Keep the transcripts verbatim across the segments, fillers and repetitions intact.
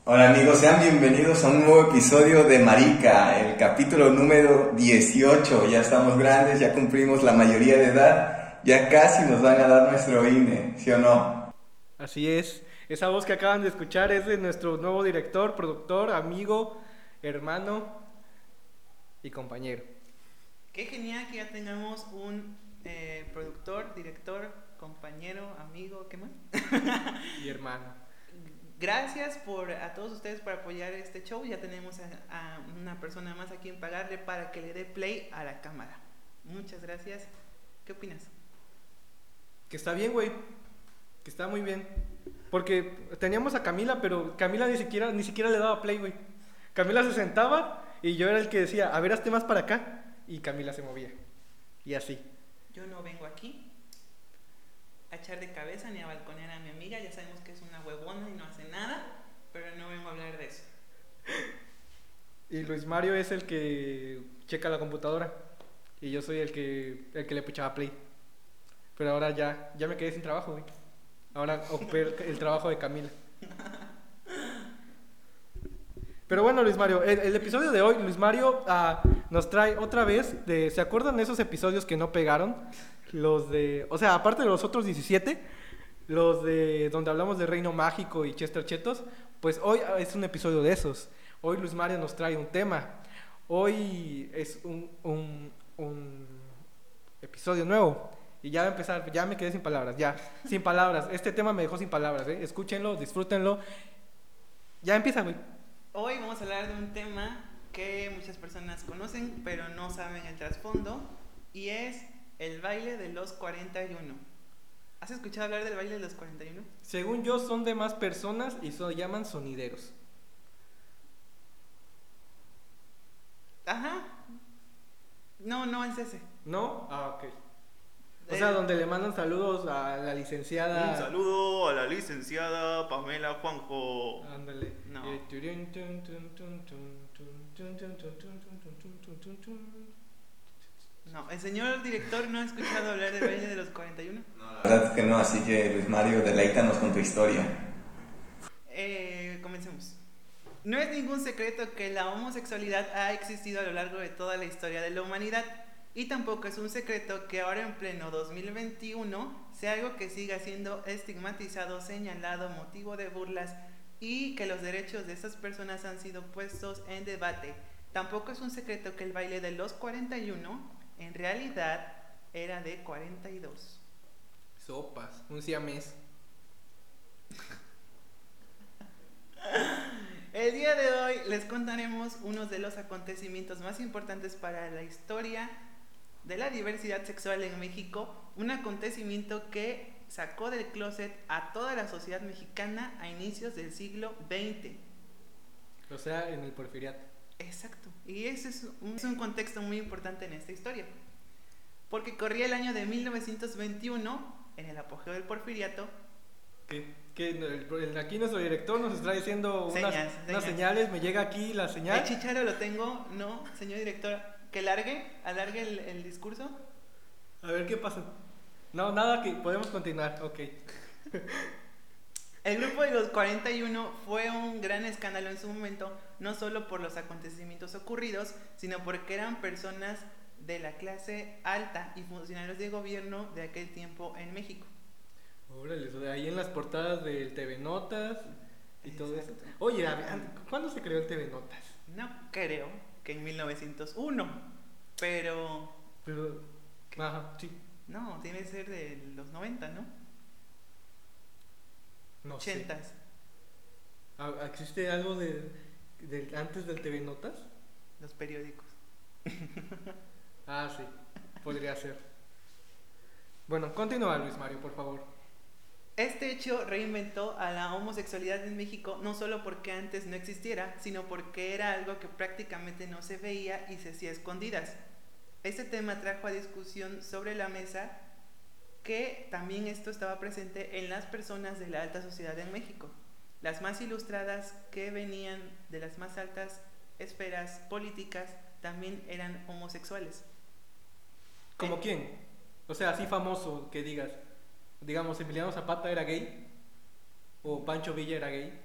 Hola amigos, sean bienvenidos a un nuevo episodio de Marica, el capítulo número dieciocho. Ya estamos grandes, ya cumplimos la mayoría de edad, ya casi nos van a dar nuestro I N E, ¿sí o no? Así es, esa voz que acaban de escuchar es de nuestro nuevo director, productor, amigo, hermano y compañero. Qué genial que ya tengamos un eh, productor, director, compañero, amigo, ¿qué más? Y hermano. Gracias por, a todos ustedes por apoyar este show. Ya tenemos a, a una persona más a quien pagarle para que le dé play a la cámara. Muchas gracias. ¿Qué opinas? Que está bien, güey, que está muy bien. Porque teníamos a Camila, pero Camila ni siquiera, ni siquiera le daba play, güey. Camila se sentaba y yo era el que decía, a ver, hazte más para acá. Y Camila se movía. Y así. Yo no vengo aquí a echar de cabeza ni a balconear a mi amiga. Ya sabemos que es una huevona y no hace nada, pero no vengo a hablar de eso. Y Luis Mario es el que checa la computadora. Y yo soy el que, el que le puchaba play. Pero ahora ya, ya me quedé sin trabajo, güey. Ahora ocupé el, el trabajo de Camila. Pero bueno, Luis Mario, el, el episodio de hoy, Luis Mario uh, nos trae otra vez de, ¿se acuerdan de esos episodios que no pegaron? Los de, o sea, aparte de los otros diecisiete, los de donde hablamos de Reino Mágico y Chester Chetos, pues hoy es un episodio de esos. Hoy Luis Mario nos trae un tema. Hoy es un, un, un episodio nuevo. Y ya va a empezar, ya me quedé sin palabras, ya, sin palabras. Este tema me dejó sin palabras, ¿eh? Escúchenlo, disfrútenlo. Ya empieza, güey. Hoy vamos a hablar de un tema que muchas personas conocen, pero no saben el trasfondo, y es el baile de los cuarenta y uno. ¿Has escuchado hablar del baile de los cuarenta y uno? Según yo, son de más personas y se llaman sonideros. Ajá. No, no es ese. ¿No? Ah, ok. O Eh, sea, donde le mandan saludos a la licenciada. Un saludo a la licenciada Pamela Juanjo. Ándale. No. No, el señor director no ha escuchado hablar del baile de los cuarenta y uno. No, la verdad es que no, así que Luis Mario, deleítanos con tu historia. Eh, comencemos. No es ningún secreto que la homosexualidad ha existido a lo largo de toda la historia de la humanidad. Y tampoco es un secreto que ahora en pleno dos mil veintiuno sea algo que siga siendo estigmatizado, señalado, motivo de burlas, y que los derechos de esas personas han sido puestos en debate. Tampoco es un secreto que el baile de los cuarenta y uno en realidad era de cuarenta y dos. Sopas, un siamés. El día de hoy les contaremos uno de los acontecimientos más importantes para la historia de la diversidad sexual en México, un acontecimiento que sacó del closet a toda la sociedad mexicana a inicios del siglo veinte. O sea, en el Porfiriato. Exacto, y ese es un, es un contexto muy importante en esta historia, porque corría el año de mil novecientos veintiuno, en el apogeo del Porfiriato. Que, que el, el, aquí nuestro director nos está diciendo Señas, unas, señas. unas señales, me llega aquí la señal. El chicharo lo tengo, no, señor director, que largue, alargue el, el discurso. A ver qué pasa. No, nada, que podemos continuar, ok. El grupo de los cuarenta y uno fue un gran escándalo en su momento, no solo por los acontecimientos ocurridos, sino porque eran personas de la clase alta y funcionarios de gobierno de aquel tiempo en México. Órale, o sea, ahí en las portadas del T V Notas y todo eso. Exacto. Oye, a ver, ¿cuándo se creó el T V Notas? No creo que en mil novecientos uno, pero... Pero, ¿Qué? ajá, sí. No, tiene que ser de los noventa, ¿no? No ochentas. sé. ¿Ah, ¿existe algo de, de antes del T V Notas? Los periódicos. Ah, sí, podría ser. Bueno, continúa, Luis Mario, por favor. Este hecho reinventó a la homosexualidad en México, no solo porque antes no existiera, sino porque era algo que prácticamente no se veía y se hacía a escondidas. Este tema trajo a discusión sobre la mesa que también esto estaba presente en las personas de la alta sociedad en México. Las más ilustradas, que venían de las más altas esferas políticas, también eran homosexuales. ¿Como Eh, quién? O sea, así famoso que digas. Digamos, Emiliano Zapata era gay. O Pancho Villa era gay.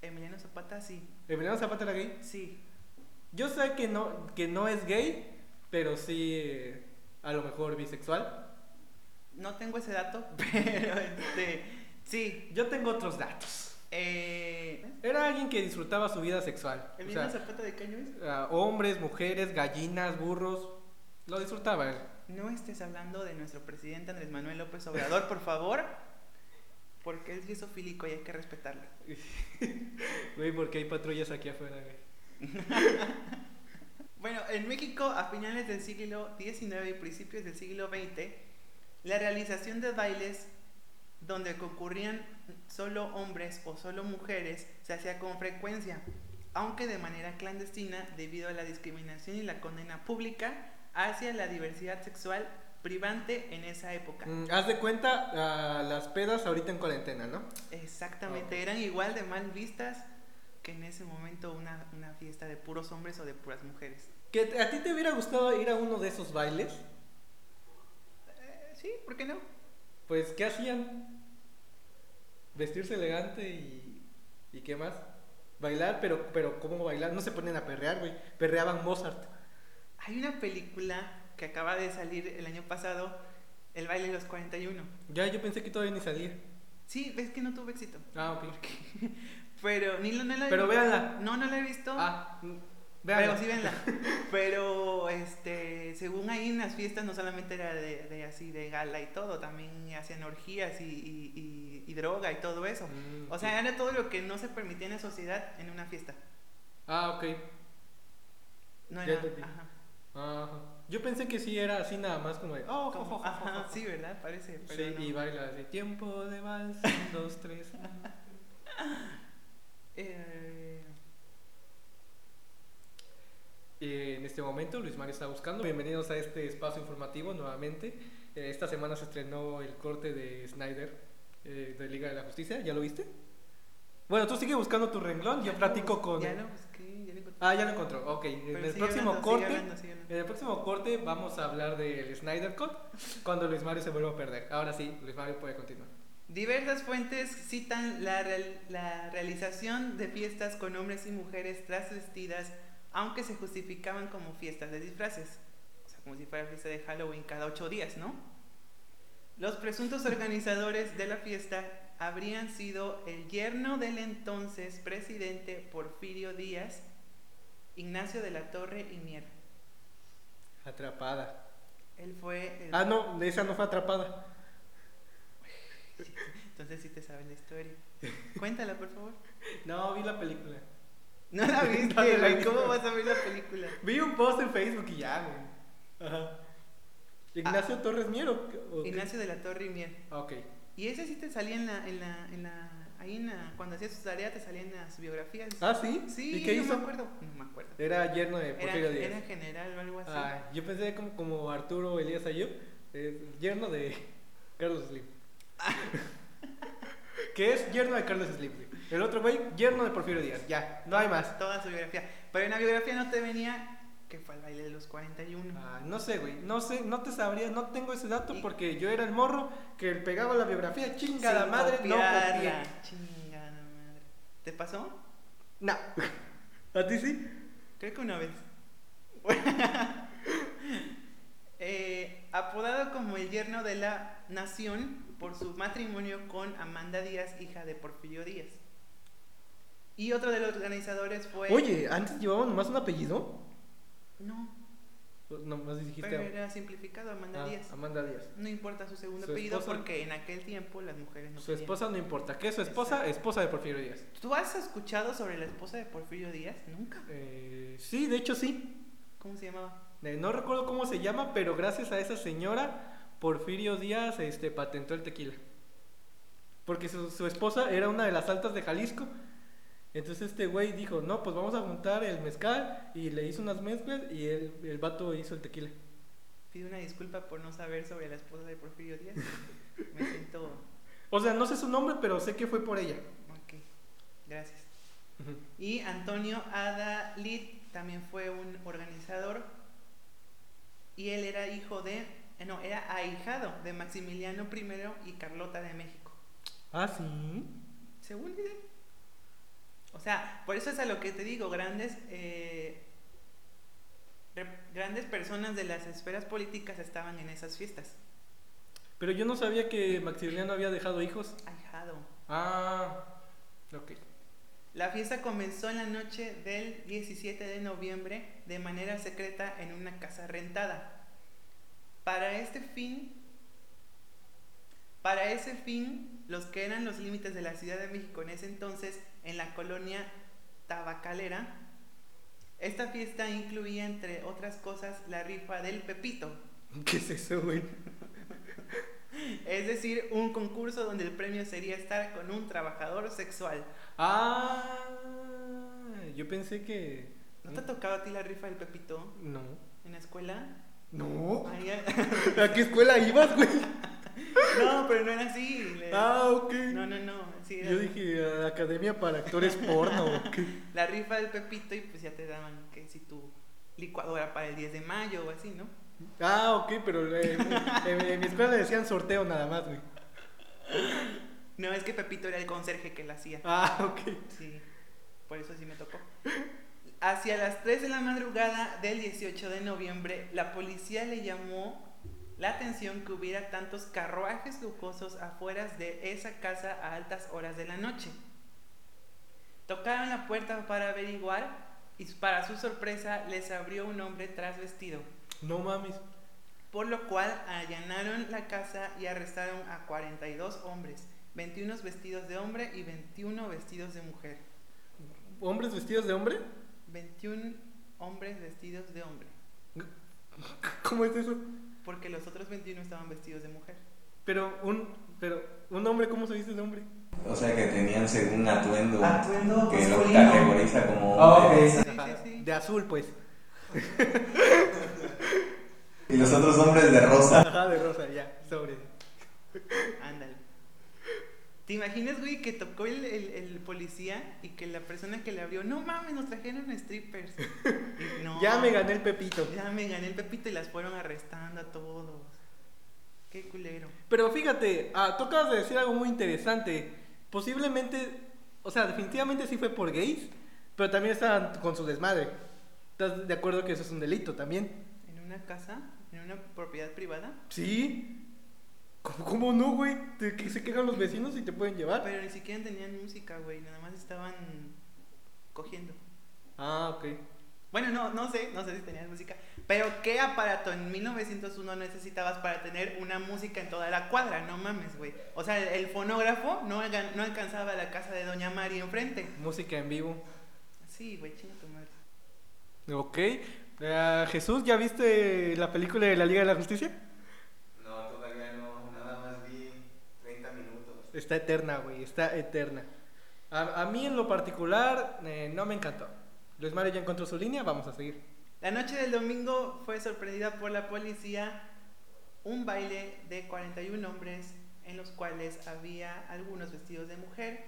Emiliano Zapata, sí. ¿Emiliano Zapata era gay? Sí. Yo sé que no, que no es gay, pero sí eh, a lo mejor bisexual. No tengo ese dato, pero este, sí. Yo tengo otros datos. Eh, Era alguien que disfrutaba su vida sexual. O ¿Emiliano sea, Zapata de qué año es? ah, hombres, mujeres, gallinas, burros. Lo disfrutaba él. No estés hablando de nuestro presidente Andrés Manuel López Obrador, por favor, porque él es isofílico y hay que respetarlo. Güey, porque hay patrullas aquí afuera, güey. Bueno, en México, a finales del siglo diecinueve y principios del siglo veinte, la realización de bailes donde concurrían solo hombres o solo mujeres se hacía con frecuencia, aunque de manera clandestina debido a la discriminación y la condena pública hacia la diversidad sexual privante en esa época. Mm, haz de cuenta ah, las pedas ahorita en cuarentena, ¿no? Exactamente, Ok. eran igual de mal vistas que en ese momento una, una fiesta de puros hombres o de puras mujeres. ¿Que te- a ti te hubiera gustado ir a uno de esos bailes? Eh, sí, ¿por qué no? Pues, ¿qué hacían? Vestirse elegante y... ¿Y qué más? Bailar, pero, pero ¿cómo bailar? No se ponen a perrear, güey. Perreaban Mozart. Hay una película que acaba de salir el año pasado, El baile de los cuarenta y uno. Ya, yo pensé que todavía ni salía. Sí, ves que no tuvo éxito. Ah, ok. Pero ni lo- no la he Pero visto. véanla. No, no la he visto. Ah, mm, pero véanla. sí, véanla. Pero, este, según ahí en las fiestas no solamente era de, de así de gala y todo, también hacían orgías y, y, y- y droga y todo eso. Mm, O sea, era todo lo que no se permitía en la sociedad en una fiesta. Ah, ok. No Ya era. entendí. Ajá. Ajá. Yo pensé que sí era así nada más como de... Oh, Como- jo, jo, jo, ajá, jo, jo. sí, ¿verdad? Parece. Pero Sí, no. y baila de tiempo de vals, un, dos, tres. Eh, Eh, en este momento Luis Mario está buscando. Bienvenidos a este espacio informativo nuevamente. Eh, esta semana se estrenó el corte de Snyder eh, de Liga de la Justicia. ¿Ya lo viste? Bueno, tú sigue buscando tu renglón. Yo ya platico lo bus- con... Ya lo busqué, ya lo encontré. Ah, ya lo encontró. Ok, en Pero el sigue próximo hablando, sigue corte... hablando, sigue hablando. En el próximo corte vamos a hablar del Snyder Cut cuando Luis Mario se vuelva a perder. Ahora sí, Luis Mario puede continuar. Diversas fuentes citan la, real- la realización de fiestas con hombres y mujeres trasvestidas, aunque se justificaban como fiestas de disfraces. O sea, como si fuera fiesta de Halloween cada ocho días, ¿no? Los presuntos organizadores de la fiesta habrían sido el yerno del entonces presidente Porfirio Díaz, Ignacio de la Torre y Mier. Atrapada. Él fue el... Ah, no, esa no fue atrapada. Entonces sí te sabes la historia. Cuéntala, por favor. No, vi la película. No la viste, No la güey. vi. ¿Cómo vas a ver la película? Vi un post en Facebook y ya, güey. Ajá. ¿Ignacio Torres Mier o, qué- o qué? Ignacio de la Torre y Mier. Ah, ok. Y ese sí te salía en la, en la, en la, ahí en la, cuando hacías sus tareas te salían las biografías. Ah, ¿sí? Sí, ¿Y qué no hizo? me acuerdo. No me acuerdo. Era yerno de Era, Porfirio Díaz. era general o algo así. Ah, yo pensé como, como Arturo Elías Ayub, eh, yerno de Carlos Slim. Que es yerno de Carlos Slim. güey. El otro güey, yerno de Porfirio Díaz. Ya, no hay más. Toda su biografía. Pero en la biografía no te venía que fue el baile de los cuarenta y uno. Ah, no sé, güey. No sé, no te sabría, no tengo ese dato Y- porque yo era el morro que pegaba la biografía. Chingada Sin madre, no copié. copiarla. Chingada madre. ¿Te pasó? No. ¿A ti sí? Creo que una vez. Eh, apodado como el yerno de la nación por su matrimonio con Amanda Díaz, hija de Porfirio Díaz. Y otro de los organizadores fue... Oye, ¿antes llevaba nomás un apellido? No, Nomás dijiste pero era simplificado Amanda ah, Díaz. Amanda Díaz. No importa su segundo Su apellido esposa- porque en aquel tiempo las mujeres no Su tenían. esposa no importa. ¿Qué es su esposa? Exacto. Esposa de Porfirio Díaz. ¿Tú has escuchado sobre la esposa de Porfirio Díaz? Nunca. Eh, sí, de hecho sí. ¿Cómo se llamaba? Eh, no recuerdo cómo se llama, pero gracias a esa señora, Porfirio Díaz este, patentó el tequila. Porque su, su esposa era una de las altas de Jalisco. Entonces este güey dijo, no, pues vamos a juntar el mezcal. Y le hizo unas mezclas y el, el vato hizo el tequila. Pido una disculpa por no saber sobre la esposa de Porfirio Díaz. Me siento... O sea, no sé su nombre, pero sé que fue por ella. Ok, gracias. Ujú. Y Antonio Adalid también fue un organizador y él era hijo de, eh, no, era ahijado de Maximiliano primero y Carlota de México. Ah, sí. Según dicen. O sea, por eso es a lo que te digo, grandes, eh, re- grandes personas de las esferas políticas estaban en esas fiestas. Pero yo no sabía que Maximiliano había dejado hijos. Ahijado. Ah, ok. La fiesta comenzó en la noche del diecisiete de noviembre de manera secreta en una casa rentada. Para este fin, para ese fin, los que eran los límites de la Ciudad de México en ese entonces, en la colonia tabacalera, esta fiesta incluía, entre otras cosas, la rifa del Pepito. ¿Qué es eso, güey? Es decir, un concurso donde el premio sería estar con un trabajador sexual. Ah, yo pensé que... ¿No te ha tocado a ti la rifa del Pepito No. en la escuela? No. Ahí- ¿A qué escuela ibas, güey? No, pero no era así. le- Ah, ok. No, no, no. Sí, era Yo dije, "Ah, Academia para Actores Porno, ¿o qué?". la rifa del Pepito y pues ya te daban que si tu licuadora para el diez de mayo o así, ¿no? Ah, ok, pero eh, en, en mi escuela le decían sorteo nada más, güey. No, es que Pepito era el conserje que la hacía. Ah, ok. Sí, por eso sí me tocó. Hacia las tres de la madrugada del dieciocho de noviembre, la policía le llamó la atención que hubiera tantos carruajes lujosos afuera de esa casa a altas horas de la noche. Tocaron la puerta para averiguar y para su sorpresa les abrió un hombre trasvestido, No mames. por lo cual allanaron la casa y arrestaron a cuarenta y dos hombres, veintiuno vestidos de hombre y veintiuno vestidos de mujer. ¿Hombres vestidos de hombre? veintiún hombres vestidos de hombre, ¿Cómo es eso? porque los otros veintiuno estaban vestidos de mujer. Pero un, pero un hombre, ¿cómo se viste de hombre? O sea que tenían según atuendo, Atuendo que lo masculino. categoriza como Ah, hombre. ok. Sí, sí, sí. De azul, pues. Y los otros hombres de rosa. Ajá, de rosa, ya, sobre. Ándale. ¿Te imaginas, güey, que tocó el, el, el policía y que la persona que le abrió, no mames, nos trajeron strippers? Y no, Ya me gané el pepito. Ya me gané el Pepito y las fueron arrestando a todos. Qué culero. Pero fíjate, ah, tú acabas de decir algo muy interesante. Posiblemente, o sea, definitivamente sí fue por gays, pero también estaban con su desmadre. ¿Estás de acuerdo que eso es un delito también? ¿En una casa? ¿En una propiedad privada? Sí. ¿Cómo, cómo no, güey? Te- que se quejan los vecinos y te pueden llevar. Pero ni siquiera tenían música, güey. Nada más estaban cogiendo. Ah, ok. Bueno, no, no sé, no sé si tenían música. Pero ¿qué aparato en mil novecientos uno necesitabas para tener una música en toda la cuadra? No mames, güey. O sea, el, el fonógrafo no, algan- no alcanzaba a la casa de Doña Mari enfrente. Música en vivo. Sí, güey, chinga tu madre. Ok. Eh, Jesús, ¿ya viste la película de la Liga de la Justicia? No, todavía no, nada más vi treinta minutos. Está eterna, güey, está eterna. A, a mí en lo particular eh, no me encantó. Luis Mario ya encontró su línea, vamos a seguir. La noche del domingo fue sorprendida por la policía un baile de cuarenta y uno hombres en los cuales había algunos vestidos de mujer.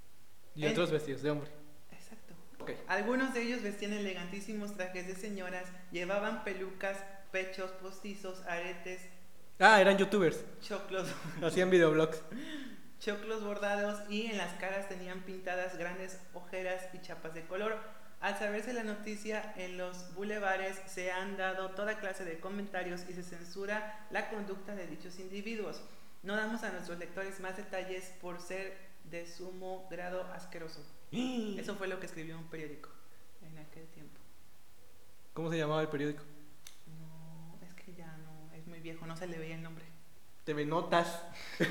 Y En- otros vestidos de hombre. Exacto. Ok. Algunos de ellos vestían elegantísimos trajes de señoras, llevaban pelucas, pechos postizos, aretes, Ah, eran youtubers. choclos, Hacían videoblogs. choclos bordados y en las caras tenían pintadas grandes ojeras y chapas de color. Al saberse la noticia, en los bulevares se han dado toda clase de comentarios y se censura la conducta de dichos individuos. No damos a nuestros lectores más detalles por ser de sumo grado asqueroso. Eso fue lo que escribió un periódico en aquel tiempo. ¿Cómo se llamaba el periódico? No, es que ya no, es muy viejo, no se le veía el nombre. T V Notas.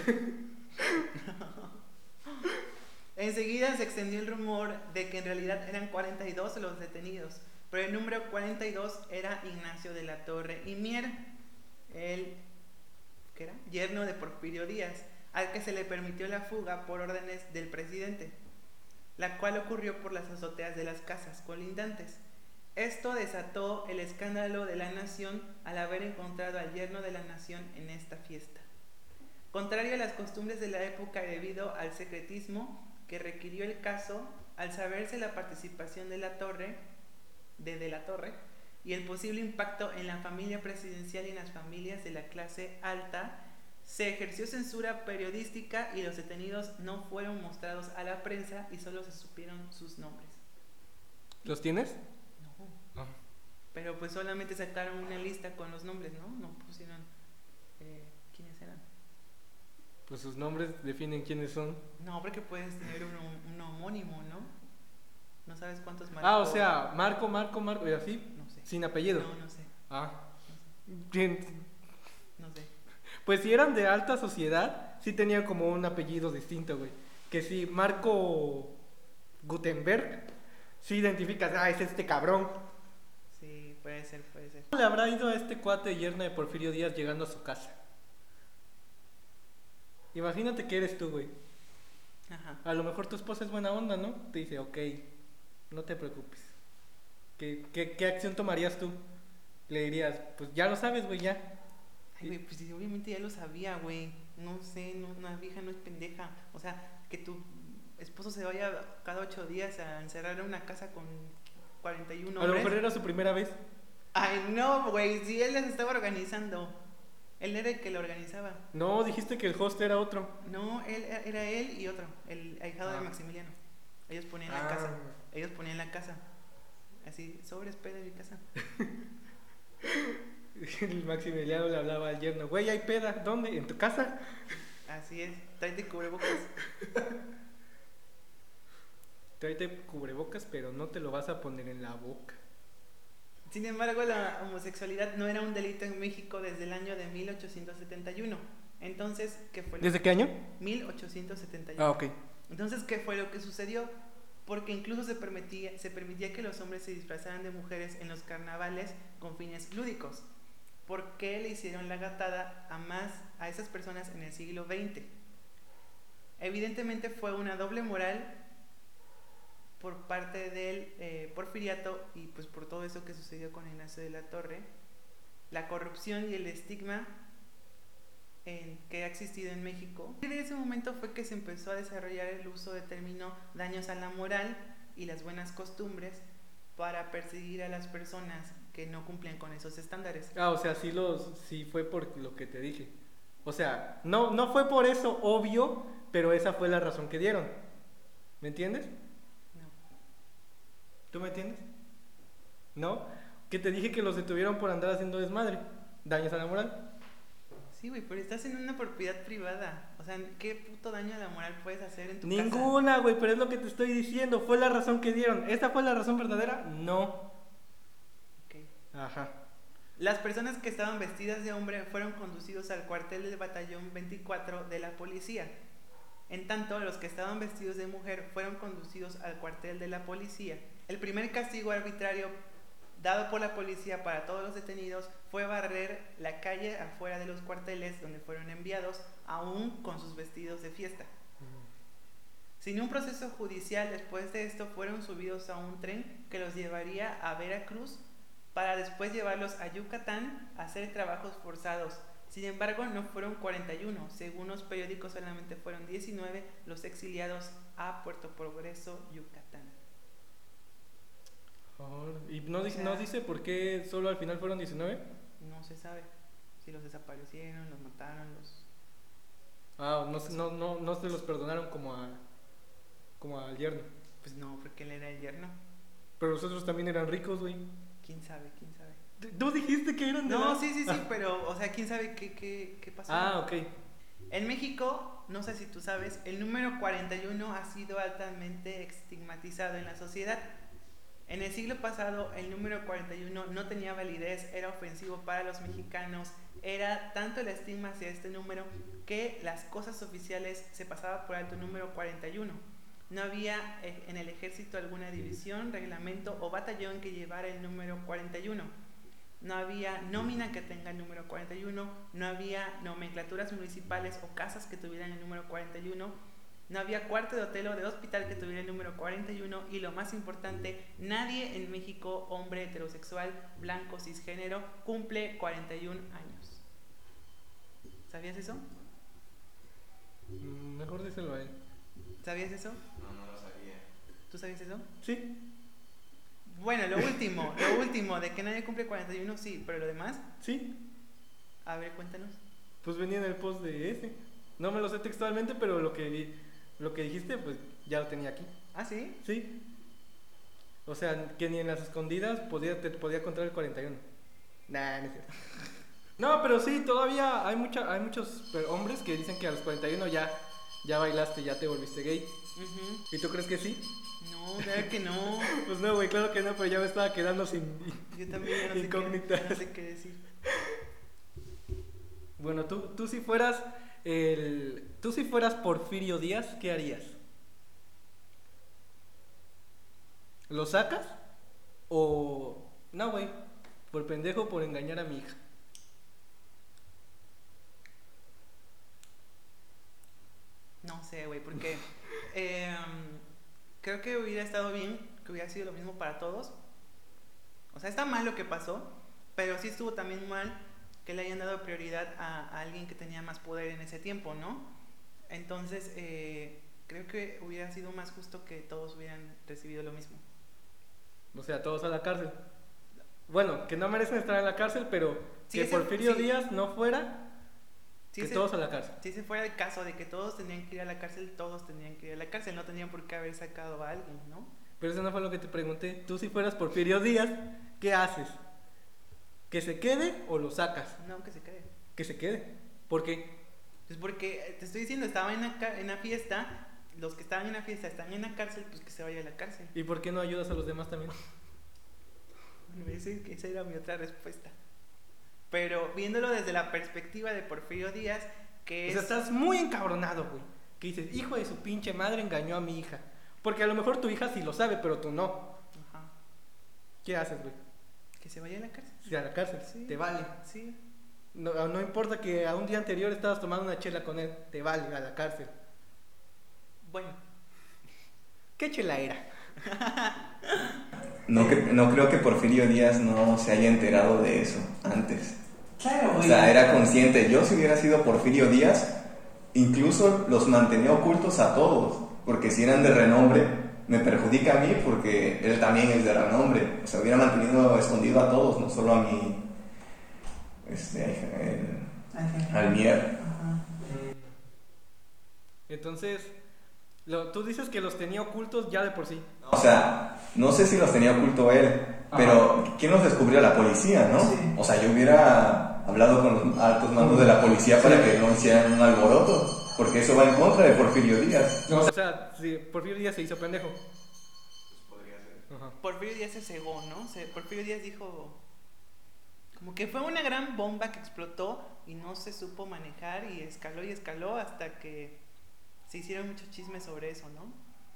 Enseguida se extendió el rumor de que en realidad eran cuarenta y dos los detenidos, pero el número cuarenta y dos era Ignacio de la Torre y Mier, el ¿qué era? Yerno de Porfirio Díaz, al que se le permitió la fuga por órdenes del presidente, la cual ocurrió por las azoteas de las casas colindantes. Esto desató el escándalo de la nación al haber encontrado al yerno de la nación en esta fiesta. Contrario a las costumbres de la época y debido al secretismo que requirió el caso, al saberse la participación de la Torre, de, de la Torre, y el posible impacto en la familia presidencial y en las familias de la clase alta, Se ejerció censura periodística y los detenidos no fueron mostrados a la prensa y solo se supieron sus nombres. ¿Los tienes? No. Ah. Pero pues solamente sacaron una lista con los nombres, ¿no? No pusieron eh, quiénes eran. Pues sus nombres definen quiénes son. No, porque puedes tener un, un homónimo, ¿no? No sabes cuántos Marco. Ah, o sea, Marco, Marco, Marco, y así, No sé. sin apellido. No, no sé. Ah. Bien. No sé. Pues si eran de alta sociedad, sí tenían como un apellido distinto, güey. Que si Marco Gutenberg, sí identificas, ah, es este cabrón. Sí, puede ser, puede ser. ¿Cómo le habrá ido a este cuate yerno de Porfirio Díaz llegando a su casa? Imagínate que eres tú, güey. Ajá. A lo mejor tu esposa es buena onda, ¿no? Te dice, ok, no te preocupes. ¿Qué, qué, qué acción tomarías tú? Le dirías, pues ya lo sabes, güey, ya. Ay, güey, pues sí, obviamente ya lo sabía, güey. No sé, no, una vieja no es pendeja. O sea, que tu esposo se vaya cada ocho días a encerrar en una casa con cuarenta y uno A lo hombres. mejor era su primera vez. Ay, no, güey, si él les estaba organizando. Él era el que lo organizaba. No, dijiste que el host era otro. No, él era él y otro, el ahijado Ah. de Maximiliano. Ellos ponían la Ah. casa. Ellos ponían la casa. Así, sobres, peda en mi casa. El Maximiliano le hablaba al yerno, güey, hay peda, ¿dónde? ¿En tu casa? Así es, tráete cubrebocas. Tráete cubrebocas, pero no te lo vas a poner en la boca. Sin embargo, la homosexualidad no era un delito en México desde el año de mil ochocientos setenta y uno. Entonces, ¿qué fue lo ¿Desde qué año? mil ochocientos setenta y uno. Ah, ok. Entonces, ¿qué fue lo que sucedió? Porque incluso se permitía, se permitía que los hombres se disfrazaran de mujeres en los carnavales con fines lúdicos. ¿Por qué le hicieron la gatada a más a esas personas en el siglo veinte? Evidentemente fue una doble moral por parte del eh, porfiriato y pues por todo eso que sucedió con Ignacio de la Torre, la corrupción y el estigma en, que ha existido en México. Y de ese momento fue que se empezó a desarrollar el uso del término daños a la moral y las buenas costumbres para perseguir a las personas que no cumplen con esos estándares. Ah, o sea, sí, los, sí fue por lo que te dije. O sea, no, no fue por eso, obvio, pero esa fue la razón que dieron. ¿Me entiendes? No. ¿Tú me entiendes? ¿No? Que te dije que los detuvieron por andar haciendo desmadre. Daños a la moral. Sí, güey, pero estás en una propiedad privada. O sea, ¿qué puto daño a la moral puedes hacer en tu casa? Ninguna, güey, pero es lo que te estoy diciendo. Fue la razón que dieron. ¿Esta fue la razón verdadera? No. Ok. Ajá. Las personas que estaban vestidas de hombre fueron conducidos al cuartel del batallón veinticuatro de la policía. En tanto, los que estaban vestidos de mujer fueron conducidos al cuartel de la policía. El primer castigo arbitrario dado por la policía para todos los detenidos fue barrer la calle afuera de los cuarteles donde fueron enviados, aún con sus vestidos de fiesta. Sin un proceso judicial, después de esto fueron subidos a un tren que los llevaría a Veracruz para después llevarlos a Yucatán a hacer trabajos forzados. Sin embargo, no fueron cuarenta y uno, según los periódicos solamente fueron diecinueve los exiliados a Puerto Progreso, Yucatán. Oh, ¿y no, dice, O sea, no dice por qué solo al final fueron diecinueve? No se sabe si los desaparecieron, los mataron, los... Ah, no, se- no, no, no se los perdonaron como a como al yerno. Pues no, porque él era el yerno. Pero los otros también eran ricos, güey. ¿Quién sabe? ¿Quién sabe? ¿Tú dijiste que eran de No, la- sí, sí, sí, Ah. pero, o sea, ¿quién sabe qué, qué, qué pasó? Ah, ok. En México, no sé si tú sabes, el número cuarenta y uno ha sido altamente estigmatizado en la sociedad. En el siglo pasado, el número cuarenta y uno no tenía validez, era ofensivo para los mexicanos, era tanto el estigma hacia este número que las cosas oficiales se pasaba por alto el número cuarenta y uno. No había eh, en el ejército alguna división, reglamento o batallón que llevara el número cuarenta y uno. No había nómina que tenga el número cuarenta y uno, no había nomenclaturas municipales o casas que tuvieran el número cuarenta y uno, no había cuarto de hotel o de hospital que tuviera el número cuarenta y uno y lo más importante, nadie en México, hombre heterosexual, blanco, cisgénero, cumple cuarenta y un años. ¿Sabías eso? Mm, Mejor díselo a él. ¿Sabías eso? No, no lo sabía. ¿Tú sabías eso? Sí, Bueno, lo último, lo último, de que nadie cumple cuarenta y uno, sí, pero lo demás, sí. a ver, cuéntanos. Pues venía en el post de ese. No me lo sé textualmente, pero lo que, lo que dijiste, pues ya lo tenía aquí. ¿Ah, sí? Sí. O sea, que ni en las escondidas podía, te podía contar el cuarenta y uno. Nah, no es cierto. No, pero sí, todavía hay mucha, hay muchos per- hombres que dicen que a los cuarenta y uno ya, ya bailaste, ya te volviste gay. Ujú. ¿Y tú crees que sí? No, claro que no. Pues no, güey, claro que no, pero ya me estaba quedando sin... Yo también ya no sé, Incógnita. qué, no sé qué decir. Bueno, tú, tú si fueras el... Tú si fueras Porfirio Díaz, ¿qué harías? ¿Lo sacas? O... No, güey, por pendejo, por engañar a mi hija. No sé, güey, porque eh, creo que hubiera estado bien, que hubiera sido lo mismo para todos. O sea, está mal lo que pasó, pero sí estuvo también mal que le hayan dado prioridad a, a alguien que tenía más poder en ese tiempo, ¿no? Entonces, eh, creo que hubiera sido más justo que todos hubieran recibido lo mismo. O sea, todos a la cárcel. Bueno, que no merecen estar en la cárcel, pero Sí, que ese- Porfirio sí. Díaz no fuera, Si que ese, todos a la cárcel. si ese fuera el caso de que todos tenían que ir a la cárcel, todos tenían que ir a la cárcel, no tenían por qué haber sacado a alguien, ¿no? Pero eso no fue lo que te pregunté. Tú si fueras Porfirio Díaz, ¿qué haces? ¿Que se quede o lo sacas? No, que se quede. Que se quede. ¿Por qué? Pues porque te estoy diciendo, estaba en la, ca- en la fiesta, los que estaban en la fiesta están en la cárcel, pues que se vaya a la cárcel. ¿Y por qué no ayudas a los demás también? Bueno, ese- esa era mi otra respuesta. Pero viéndolo desde la perspectiva de Porfirio Díaz, que O es... sea, estás muy encabronado, güey. Que dices, hijo de su pinche madre engañó a mi hija. Porque a lo mejor tu hija sí lo sabe, pero tú no. Ajá, ¿Qué haces, güey? que se vaya a la cárcel. Si a la cárcel, Sí. te vale. Sí. No, no importa que a un día anterior estabas tomando una chela con él, te vale, a la cárcel. Bueno, ¿Qué chela era? No, cre- no creo que Porfirio Díaz no se haya enterado de eso antes. claro, O güey. sea, era consciente. Yo si hubiera sido Porfirio Díaz, incluso los mantenía ocultos a todos, porque si eran de renombre, me perjudica a mí porque él también es de renombre. O sea, hubiera mantenido escondido a todos, no solo a mi... Este, el- al Mier. Ajá. Entonces, lo- tú dices que los tenía ocultos ya de por sí. O sea, no sé si los tenía oculto él, pero ¿quién los descubrió? La policía, ¿no? Sí. O sea, yo hubiera hablado con los altos mandos de la policía para que no hicieran un alboroto, porque eso va en contra de Porfirio Díaz. O sea, si Porfirio Díaz se hizo pendejo. Ajá. Porfirio Díaz se cegó, ¿no? Se- Porfirio Díaz dijo... Como que fue una gran bomba que explotó y no se supo manejar y escaló y escaló hasta que se hicieron muchos chismes sobre eso, ¿no?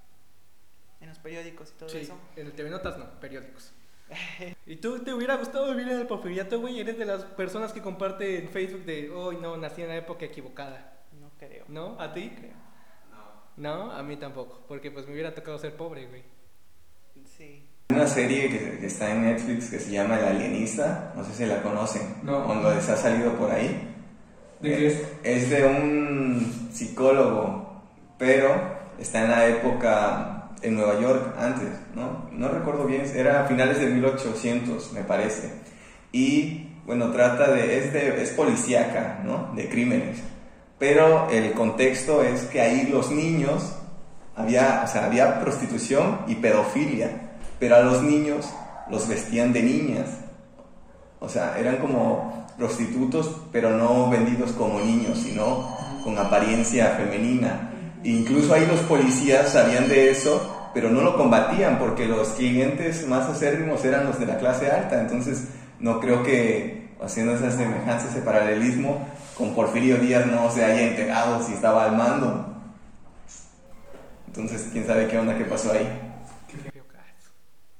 En los periódicos y todo Sí, eso. en el T V Notas no, periódicos. ¿Y tú te hubiera gustado vivir en el porfiriato, güey? Eres de las personas que comparte en Facebook de, oh, no, nací en la época equivocada. No creo. ¿No? ¿A ti? Creo. No, a mí tampoco, porque pues me hubiera tocado ser pobre, güey. Sí. Una serie que, que está en Netflix que se llama El Alienista, no sé si la conocen, No. o les ha salido por ahí. ¿De qué es? Es de un psicólogo, pero está en la época en Nueva York antes, ¿no? No recuerdo bien, era a finales de mil ochocientos, me parece. Y bueno, trata de, es, de, es policíaca, ¿no? De crímenes. Pero el contexto es que ahí los niños, había, o sea, había prostitución y pedofilia, pero a los niños los vestían de niñas. O sea, eran como prostitutos, pero no vendidos como niños, sino con apariencia femenina. E incluso ahí los policías sabían de eso, pero no lo combatían porque los clientes más acérrimos eran los de la clase alta. Entonces, no creo que haciendo esas semejanzas, ese paralelismo, con Porfirio Díaz no se haya enterado si estaba al mando. Entonces, quién sabe qué onda, qué pasó ahí. Qué feo caso.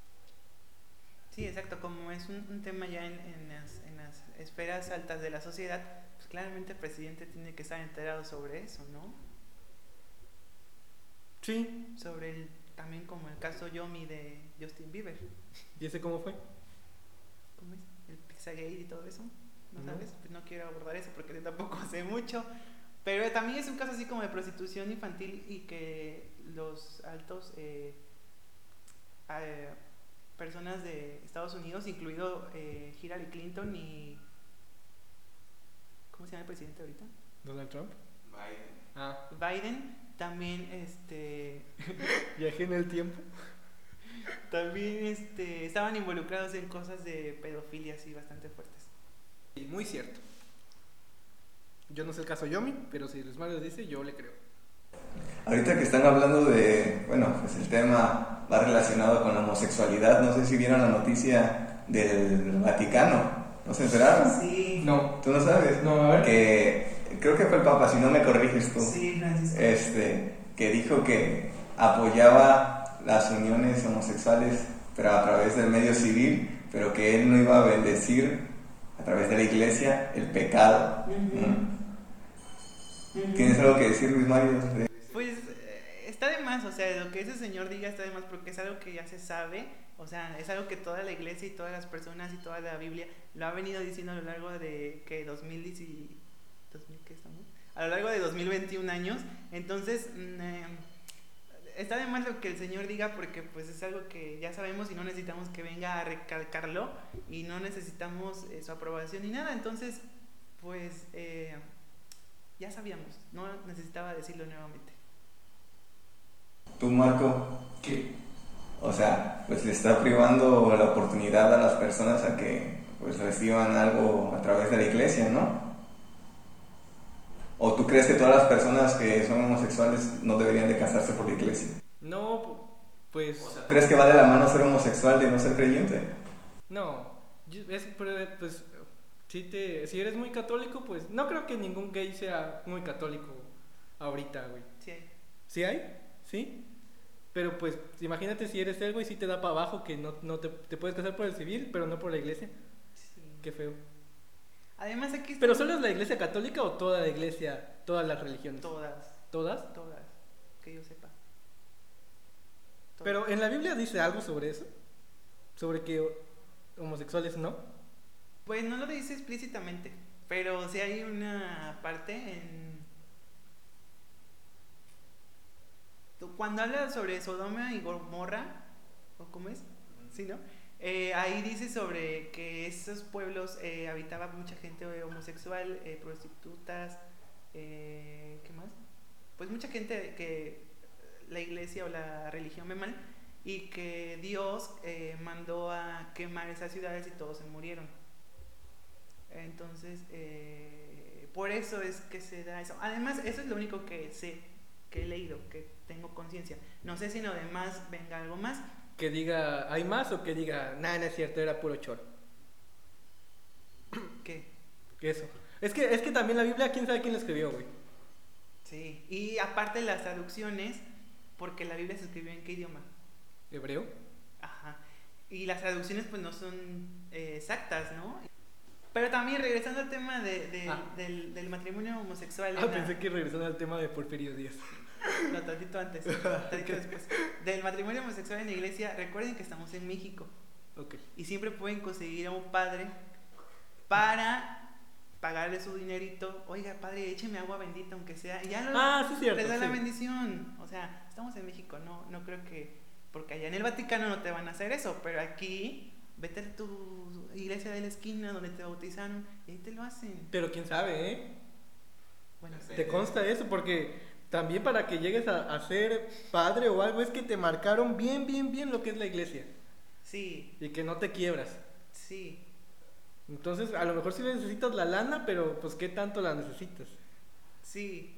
Sí, exacto. Como es un, un tema ya en, en, las, en las esferas altas de la sociedad, pues claramente el presidente tiene que estar enterado sobre eso, ¿no? Sí. Sobre el, también como el caso Yomi de Justin Bieber. ¿Y ese cómo fue? ¿Cómo es? El Pizzagate y todo eso. ¿No No. sabes? Pues no quiero abordar eso porque yo tampoco sé mucho. Pero también es un caso así como de prostitución infantil y que los altos eh, eh, personas de Estados Unidos, incluido eh, Hillary Clinton y ¿cómo se llama el presidente ahorita? Donald Trump. Biden. Ah, Biden, también, este, viajé en el tiempo. también, este, estaban involucrados en cosas de pedofilia así bastante fuertes. Sí, muy cierto. Yo no sé el caso Yomi, pero si Luis Mario dice, yo le creo. Ahorita que están hablando de, bueno, pues el tema va relacionado con la homosexualidad, no sé si vieron la noticia del Vaticano, ¿no se enteraron? Sí. No. ¿Tú no sabes? No, a ver. Que creo que fue el Papa, si no me corriges tú. Sí, Francisco. Este, que dijo que apoyaba las uniones homosexuales, pero a través del medio civil, pero que él no iba a bendecir a través de la iglesia el pecado. Ujú. ¿No? Ujú. ¿Tienes algo que decir, Luis Mario? De- Pues eh, está de más, o sea, lo que ese señor diga está de más porque es algo que ya se sabe, o sea, es algo que toda la iglesia y todas las personas y toda la Biblia lo ha venido diciendo a lo largo de que dos mil diez y- dos mil, ¿qué estamos? A lo largo de dos mil veintiún años, entonces mm, eh, está de más lo que el señor diga porque pues es algo que ya sabemos y no necesitamos que venga a recalcarlo y no necesitamos eh, su aprobación ni nada, entonces pues eh, ya sabíamos, no necesitaba decirlo nuevamente. Tú, Marco, ¿Qué? o sea, pues le está privando la oportunidad a las personas a que pues reciban algo a través de la iglesia, ¿no? ¿O tú crees que todas las personas que son homosexuales no deberían de casarse por la iglesia? No, pu- pues... ¿Crees que va de la mano ser homosexual de no ser creyente? No, yo- es, pero, pues, si, te, si eres muy católico, pues no creo que ningún gay sea muy católico ahorita, güey. Sí, ¿Sí hay? ¿Sí? Pero pues imagínate si eres el güey, sí te da para abajo que no, no te, te puedes casar por el civil, pero no por la iglesia. sí. Qué feo. Además aquí ¿Pero están solo es la iglesia católica o toda la iglesia, todas las religiones? todas, ¿Todas? todas, que yo sepa. Todas. Pero en la Biblia dice algo sobre eso, sobre que homosexuales no. Pues no lo dice explícitamente, pero sí hay una parte en... Cuando habla sobre Sodoma y Gomorra, ¿o cómo es? ¿Sí, no? Eh, ahí dice sobre que esos pueblos eh, habitaba mucha gente homosexual, eh, prostitutas, eh, ¿qué más? Pues mucha gente que la iglesia o la religión ve mal y que Dios eh, mandó a quemar esas ciudades y todos se murieron. Entonces, eh, por eso es que se da eso. Además, eso es lo único que sé, que he leído, que tengo conciencia. No sé si en lo demás venga algo más. Que diga, ¿hay más? O que diga, nada, no es cierto, era puro choro. ¿Qué? Que eso. Es que, es que también la Biblia, quién sabe quién la escribió, güey. Sí. Y aparte las traducciones, porque la Biblia se escribió en qué idioma. ¿Hebreo? Ajá. Y las traducciones pues no son eh, exactas, ¿no? Pero también regresando al tema de, de- Ah. del, del matrimonio homosexual. Ah, en la- pensé que regresando al tema de Porfirio Díaz. No, tantito antes, tantito después. Del matrimonio homosexual en la iglesia, recuerden que estamos en México Ok. y siempre pueden conseguir a un padre para pagarle su dinerito. Oiga, padre, écheme agua bendita, aunque sea. Y ya lo, Ah, sí, cierto. les da la sí. bendición. O sea, estamos en México, no, no creo que. Porque allá en el Vaticano no te van a hacer eso, pero aquí, vete a tu iglesia de la esquina donde te bautizaron y ahí te lo hacen. Pero quién sabe, ¿eh? Bueno, ¿Te consta eso? Porque también para que llegues a, a ser padre o algo es que te marcaron bien, bien, bien lo que es la iglesia. sí, Y que no te quiebras. sí. Entonces, a lo mejor sí necesitas la lana, pero pues ¿qué tanto la necesitas? Sí.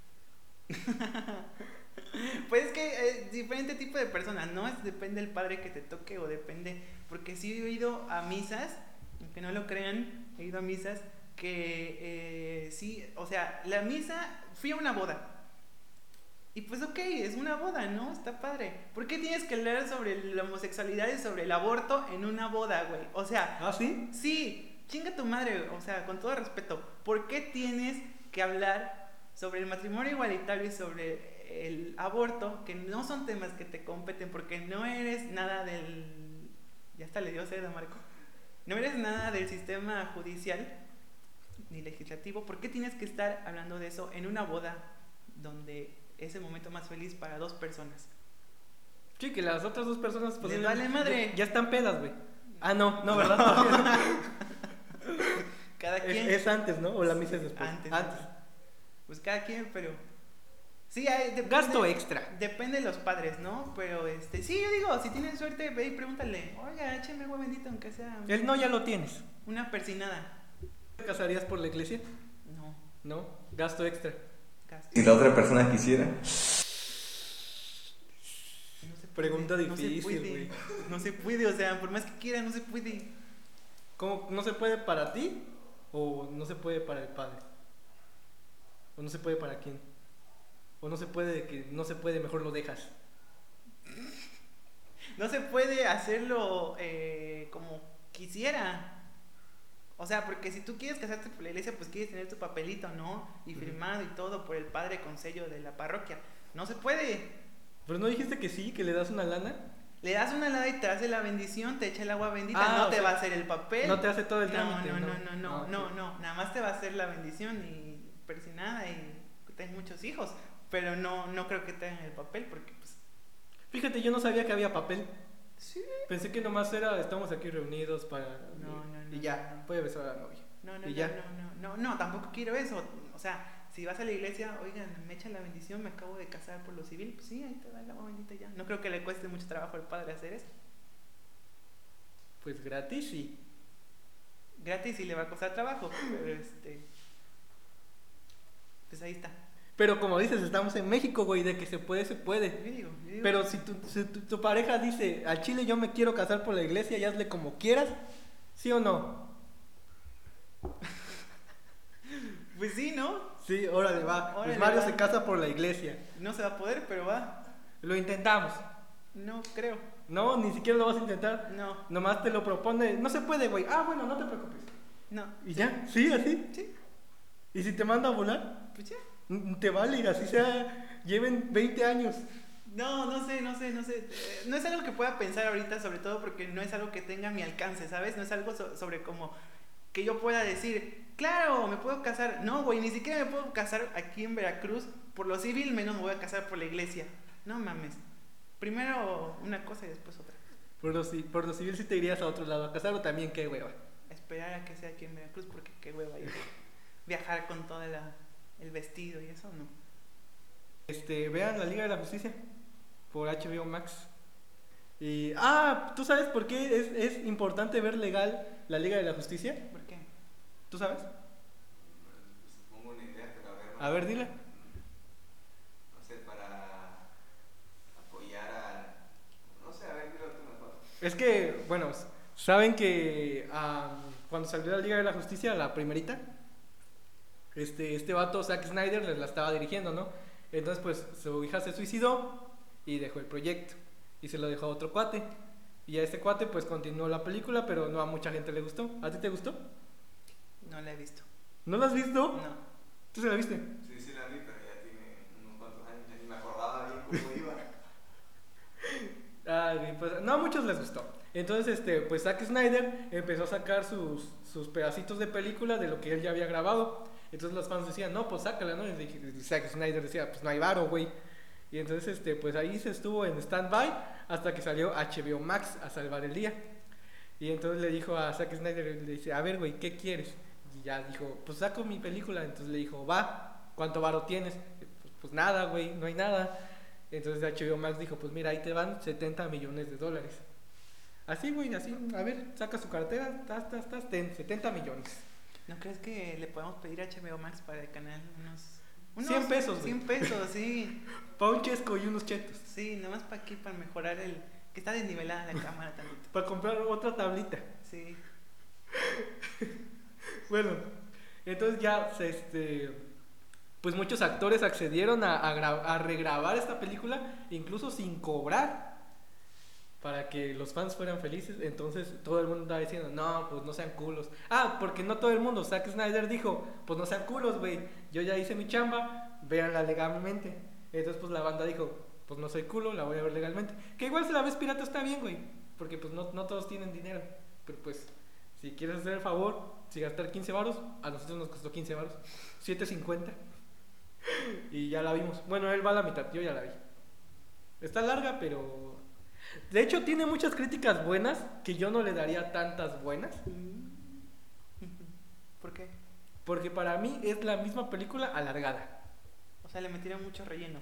Pues es que eh, diferente tipo de personas, ¿no? Es, depende del padre que te toque o depende, porque sí he ido a misas, aunque no lo crean, he ido a misas que eh, sí, o sea, la misa, fui a una boda. Y pues ok, es una boda, ¿no? Está padre. ¿Por qué tienes que hablar sobre la homosexualidad y sobre el aborto en una boda, güey? O sea, ¿Ah, sí? sí, chinga tu madre, o sea, con todo respeto, ¿por qué tienes que hablar sobre el matrimonio igualitario y sobre el aborto, que no son temas que te competen porque no eres nada del... Ya hasta le dio sed a Marco. No eres nada del sistema judicial ni legislativo. ¿Por qué tienes que estar hablando de eso en una boda donde es el momento más feliz para dos personas? Sí, que las otras dos personas pues, Les ya- vale madre. Ya, ya están pedas, güey. Ah, no, no, ¿verdad? Cada cada Es, quien. es antes, ¿no? O la misa es después. Antes. Antes. Pues cada quien, pero. Sí, hay, depende, Gasto extra. Depende de los padres, ¿no? Pero este, sí, yo digo, si tienen suerte, ve y pregúntale, oiga, écheme agua bendita, aunque sea El no ya lo tienes. una persinada. ¿Te casarías por la iglesia? No, No. Gasto extra. gasto. Si la otra persona quisiera. No se puede, Pregunta no se difícil, puede, güey. No se puede, o sea, por más que quiera, no se puede. ¿Cómo no se puede para ti o no se puede para el padre? ¿O no se puede para quién? ¿O no se puede de que no se puede, mejor lo dejas? No se puede hacerlo eh, como quisiera. O sea, porque si tú quieres casarte por la iglesia, pues quieres tener tu papelito, ¿no? Y firmado y todo por el padre con sello de la parroquia. No se puede. ¿Pero no dijiste que sí, que le das una lana? Le das una helada y te hace la bendición, te echa el agua bendita, Ah, no o te sea, va a hacer el papel. no te hace todo el No, trámite, no, ¿no? no, no, no, Ah, no, ok. no, nada más te va a hacer la bendición y persinada y ten muchos hijos, pero no, no creo que te hagan el papel porque pues Fíjate, yo no sabía que había papel. sí. Pensé que nomás era, estamos aquí reunidos para... No, no, no, y ya, no. puede besar a la novia. No, no, ¿Y no, ya? no, no, no, no, tampoco quiero eso. O sea, si vas a la iglesia, oigan, me echa la bendición, me acabo de casar por lo civil, pues sí, ahí te da el agua bendita ya. No creo que le cueste mucho trabajo al padre hacer eso. Pues gratis, sí. Gratis sí le va a costar trabajo, pero este pues ahí está. Pero como dices, estamos en México, güey, de que se puede, se puede. Yo digo, yo digo Pero que si, sí. tu, si tu, tu pareja dice, al chile yo me quiero casar por la iglesia y hazle como quieras, ¿sí o no? Pues sí, ¿no? Sí, órale, va. Órale, Pues Mario va. se casa por la iglesia. No se va a poder, pero va. Lo intentamos. No creo. No, ni siquiera lo vas a intentar. No. Nomás te lo propone. No se puede, güey. Ah, bueno, no te preocupes. No. ¿Y ya? ¿Sí, así? Sí. ¿Y si te manda a volar? Pues ya. Mm, Te vale, así sea, lleven veinte años. No, no sé, no sé, no sé. Eh, No es algo que pueda pensar ahorita, sobre todo porque no es algo que tenga a mi alcance, ¿sabes? No es algo so- sobre como que yo pueda decir, claro, me puedo casar. No, güey, ni siquiera me puedo casar aquí en Veracruz por lo civil, menos me voy a casar por la iglesia. No mames. Primero una cosa y después otra. Por lo, ci- por lo civil sí te irías a otro lado a casar o también qué hueva. Esperar a que sea aquí en Veracruz porque qué hueva ir. Viajar con todo la- el vestido y eso, no. Este, vean la Liga de la Justicia por H B O Max. Y, ah, ¿tú sabes por qué es, es importante ver legal la Liga de la Justicia? ¿Por qué? ¿Tú sabes? Supongo una idea, pero a ver. A ver, dile. No sé, para apoyar a. No sé, a ver, dilo tú mejor. Es que, bueno, saben que ah, cuando salió la Liga de la Justicia, la primerita, este, este vato, Zack Snyder, les la estaba dirigiendo, ¿no? Entonces, pues, su hija se suicidó y dejó el proyecto. Y se lo dejó a otro cuate. Y a este cuate, pues, continuó la película, pero no a mucha gente le gustó. ¿A ti te gustó? No la he visto. ¿No la has visto? No. ¿Tú se la viste? Sí, sí la vi, pero ya tiene unos cuantos años, ya ni me acordaba bien cómo iba. Ay, pues, no a muchos les gustó. Entonces, este, pues Zack Snyder empezó a sacar sus, sus pedacitos de película de lo que él ya había grabado. Entonces los fans decían, no, pues sácala, ¿no? Y dije- y Zack Snyder decía, pues no hay varo, güey. Y entonces, este, pues ahí se estuvo en stand-by hasta que salió H B O Max a salvar el día. Y entonces le dijo a Zack Snyder, le dice, a ver, güey, ¿qué quieres? Y ya dijo, pues saco mi película. Entonces le dijo, va, ¿cuánto varo tienes? Pues, pues nada, güey, no hay nada. Entonces H B O Max dijo, pues mira, ahí te van setenta millones de dólares. Así, güey, así, a ver, saca su cartera, tas, tas, tas, ten, setenta millones. ¿No crees que le podemos pedir a H B O Max para el canal unos... unos cien pesos, güey. cien pesos, sí. Pa' un chesco y unos chetos. Sí, nomás para aquí, para mejorar el... Que está desnivelada la cámara tantito. Para comprar otra tablita. Sí. Bueno, entonces ya, se, este, pues muchos actores accedieron a, a, gra- a regrabar esta película, incluso sin cobrar, para que los fans fueran felices. Entonces todo el mundo estaba diciendo, no, pues no sean culos. Ah, porque no todo el mundo, Zack Snyder dijo, pues no sean culos, güey, yo ya hice mi chamba, véanla legalmente. Entonces pues la banda dijo, pues no soy culo, la voy a ver legalmente. Que igual si la ves pirata está bien, güey, porque pues no, no todos tienen dinero. Pero pues, si quieres hacer el favor, si gastar quince varos, a nosotros nos costó quince varos, siete cincuenta. Y ya la vimos. Bueno, él va a la mitad, yo ya la vi. Está larga, pero... De hecho, tiene muchas críticas buenas que yo no le daría tantas buenas. ¿Por ¿Por qué? Porque para mí es la misma película alargada. O sea, le metieron mucho relleno.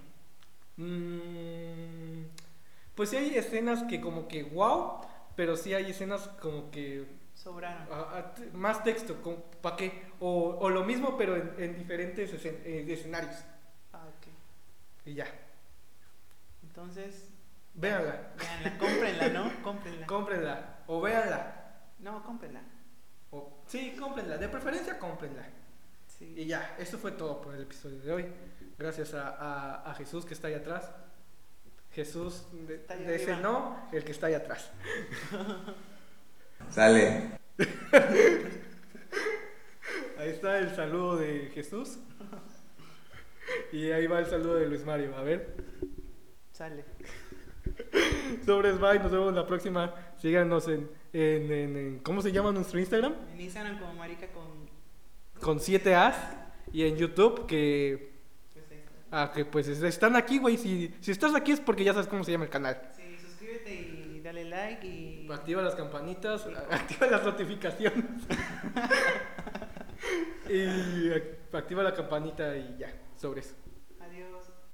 Mm, pues sí hay escenas que como que wow, pero sí hay escenas como que Sobraron. a- a- t- más texto, ¿para qué? O, o lo mismo pero en, en diferentes escen- eh, escenarios. Ah, ok. Y ya, Entonces, véanla, véanla, cómprenla, ¿no? Cómprenla. cómprenla, o véanla. No, cómprenla. O, sí, cómprenla, de preferencia cómprenla. Sí. Y ya, eso fue todo por el episodio de hoy. Gracias a, a, a Jesús que está ahí atrás. Jesús, de, Está ahí de ese arriba. no, el que está ahí atrás. Sale. Ahí está el saludo de Jesús. Y ahí va el saludo de Luis Mario. A ver. Sale. Sobres, bye. Nos vemos la próxima. Síganos en, en, en, en- ¿cómo se llama nuestro Instagram? En Instagram como marica con... Con siete A's. Y en YouTube que... Pues ahí está. Ah, que pues están aquí, güey. Si, si estás aquí es porque ya sabes cómo se llama el canal. Sí, suscríbete y dale like y... Activa las campanitas, activa las notificaciones. Y ac- activa la campanita y ya, sobre eso.